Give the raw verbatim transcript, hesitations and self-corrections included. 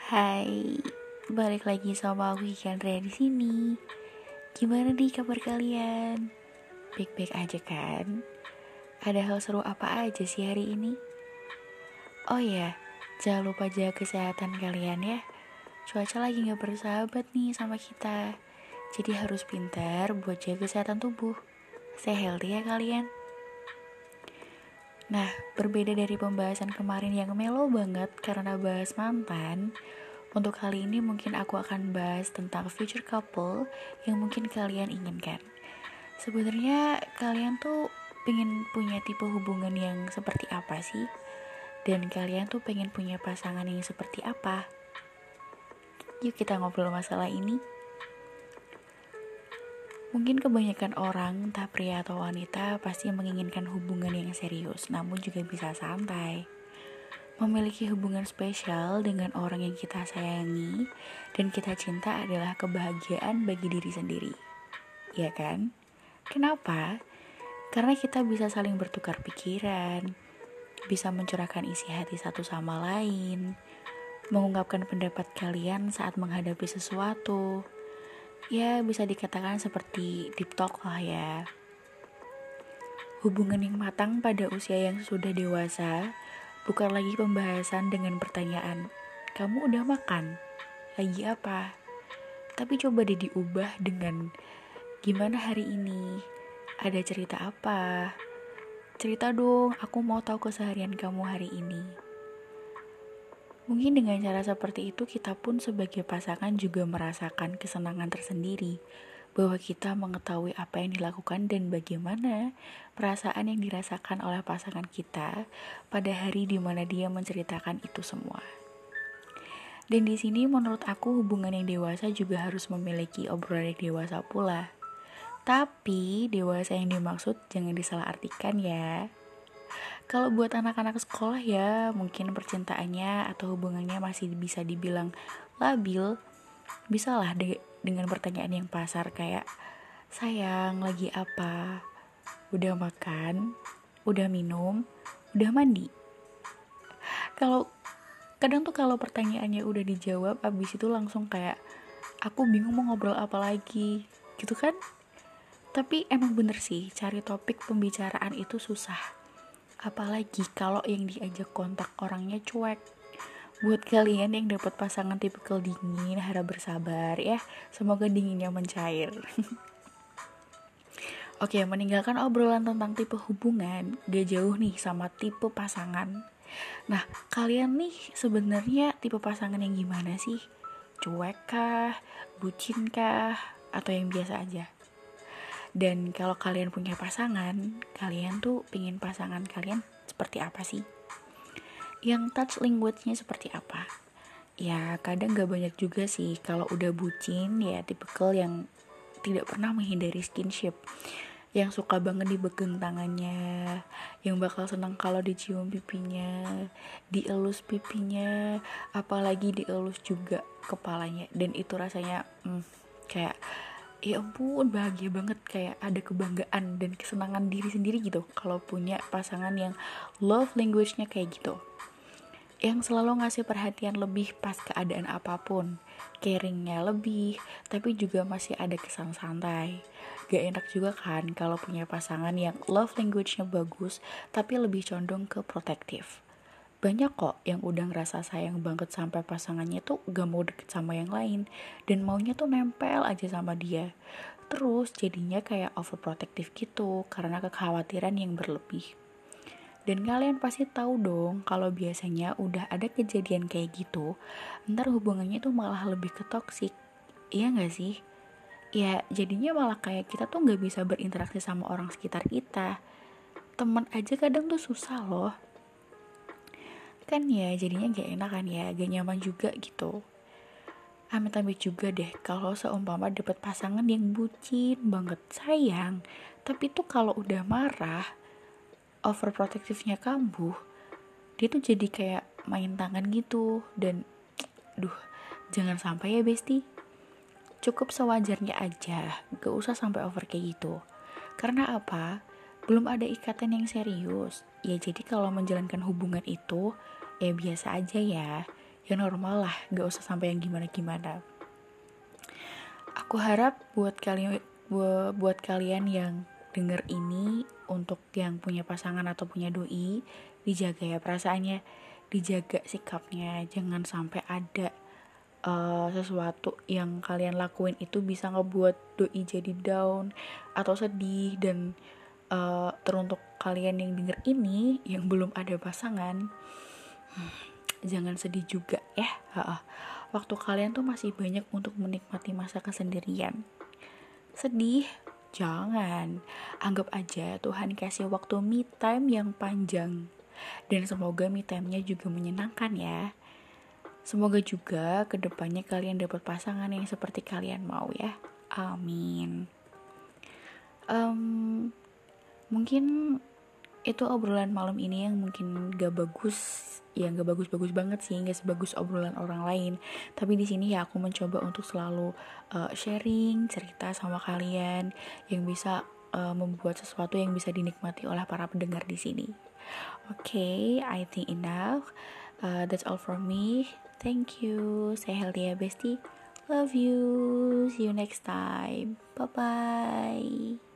Hai, balik lagi sama aku Ikandrea di sini. Gimana nih kabar kalian? Baik-baik aja kan? Ada hal seru apa aja sih hari ini? Oh ya, jangan lupa jaga kesehatan kalian ya. Cuaca lagi gak bersahabat nih sama kita. Jadi harus pintar buat jaga kesehatan tubuh. Stay healthy ya kalian. Nah, berbeda dari pembahasan kemarin yang melo banget karena bahas mantan, untuk kali ini mungkin aku akan bahas tentang future couple yang mungkin kalian inginkan. Sebenarnya kalian tuh pengen punya tipe hubungan yang seperti apa sih? Dan kalian tuh pengen punya pasangan yang seperti apa? Yuk kita ngobrol masalah ini. Mungkin kebanyakan orang, entah pria atau wanita, pasti menginginkan hubungan yang serius, namun juga bisa santai. Memiliki hubungan spesial dengan orang yang kita sayangi dan kita cinta adalah kebahagiaan bagi diri sendiri. Ya kan? Kenapa? Karena kita bisa saling bertukar pikiran, bisa mencurahkan isi hati satu sama lain, mengungkapkan pendapat kalian saat menghadapi sesuatu. Ya, bisa dikatakan seperti deep talk lah ya. Hubungan yang matang pada usia yang sudah dewasa bukan lagi pembahasan dengan pertanyaan, kamu udah makan? Lagi apa? Tapi coba deh diubah dengan, gimana hari ini? Ada cerita apa? Cerita dong, aku mau tahu keseharian kamu hari ini. Mungkin dengan cara seperti itu kita pun sebagai pasangan juga merasakan kesenangan tersendiri, bahwa kita mengetahui apa yang dilakukan dan bagaimana perasaan yang dirasakan oleh pasangan kita pada hari di mana dia menceritakan itu semua. Dan di sini menurut aku hubungan yang dewasa juga harus memiliki obrolan yang dewasa pula. Tapi dewasa yang dimaksud jangan disalahartikan ya. Kalau buat anak-anak sekolah ya mungkin percintaannya atau hubungannya masih bisa dibilang labil. Bisalah de- dengan pertanyaan yang pasar kayak, sayang lagi apa? Udah makan? Udah minum? Udah mandi? Kalau kadang tuh kalau pertanyaannya udah dijawab, abis itu langsung kayak, aku bingung mau ngobrol apa lagi, gitu kan? Tapi emang bener sih, cari topik pembicaraan itu susah. Apalagi kalau yang diajak kontak orangnya cuek. Buat kalian yang dapat pasangan tipikal dingin, harap bersabar ya. Semoga dinginnya mencair. Oke, meninggalkan obrolan tentang tipe hubungan, gak jauh nih sama tipe pasangan. Nah, kalian nih sebenarnya tipe pasangan yang gimana sih? Cuek kah? Bucin kah? Atau yang biasa aja? Dan kalau kalian punya pasangan, kalian tuh pingin pasangan kalian seperti apa sih? Yang touch language-nya seperti apa? Ya kadang gak banyak juga sih. Kalau udah bucin ya tipikal yang tidak pernah menghindari skinship, yang suka banget dipegang tangannya, yang bakal senang kalau dicium pipinya, dielus pipinya, apalagi dielus juga kepalanya. Dan itu rasanya hmm, kayak ya ampun bahagia banget, kayak ada kebanggaan dan kesenangan diri sendiri gitu kalau punya pasangan yang love language-nya kayak gitu, yang selalu ngasih perhatian lebih pas keadaan apapun, caringnya lebih, tapi juga masih ada kesan santai. Gak enak juga kan kalau punya pasangan yang love language-nya bagus tapi lebih condong ke protektif. Banyak kok yang udah ngerasa sayang banget sampai pasangannya tuh gak mau deket sama yang lain dan maunya tuh nempel aja sama dia. Terus jadinya kayak overprotective gitu karena kekhawatiran yang berlebih. Dan kalian pasti tahu dong kalau biasanya udah ada kejadian kayak gitu, ntar hubungannya tuh malah lebih ke toksik. Iya gak sih? Ya jadinya malah kayak kita tuh gak bisa berinteraksi sama orang sekitar kita. Temen aja kadang tuh susah loh. Kan ya jadinya gak enak kan ya, gak nyaman juga gitu. Amit-amit juga deh kalau seumpama dapet pasangan yang bucin banget, sayang, tapi tuh kalau udah marah, overprotectivenya kambuh, dia tuh jadi kayak main tangan gitu. Dan duh, jangan sampai ya besti. Cukup sewajarnya aja, gak usah sampai over kayak gitu. Karena apa? Belum ada ikatan yang serius. Ya jadi kalau menjalankan hubungan itu ya biasa aja ya. ya normal lah, gak usah sampai yang gimana-gimana. Aku harap buat kalian buat, buat kalian yang denger ini, untuk yang punya pasangan atau punya doi, dijaga ya perasaannya, dijaga sikapnya, jangan sampai ada uh, sesuatu yang kalian lakuin itu bisa ngebuat doi jadi down atau sedih. Dan uh, teruntuk kalian yang denger ini yang belum ada pasangan, hmm, jangan sedih juga ya. Ha-ha. Waktu kalian tuh masih banyak untuk menikmati masa kesendirian. Sedih? Jangan. Anggap aja Tuhan kasih waktu me time yang panjang. Dan semoga me time-nya juga menyenangkan ya. Semoga juga kedepannya kalian dapat pasangan yang seperti kalian mau ya. Amin. Um, mungkin itu obrolan malam ini yang mungkin gak bagus, ya gak bagus-bagus banget sih, gak sebagus obrolan orang lain. Tapi di sini ya aku mencoba untuk selalu uh, sharing cerita sama kalian yang bisa uh, membuat sesuatu yang bisa dinikmati oleh para pendengar di sini. Oke, okay, I think enough. Uh, that's all from me. Thank you. Stay healthy ya bestie. Love you. See you next time. Bye bye.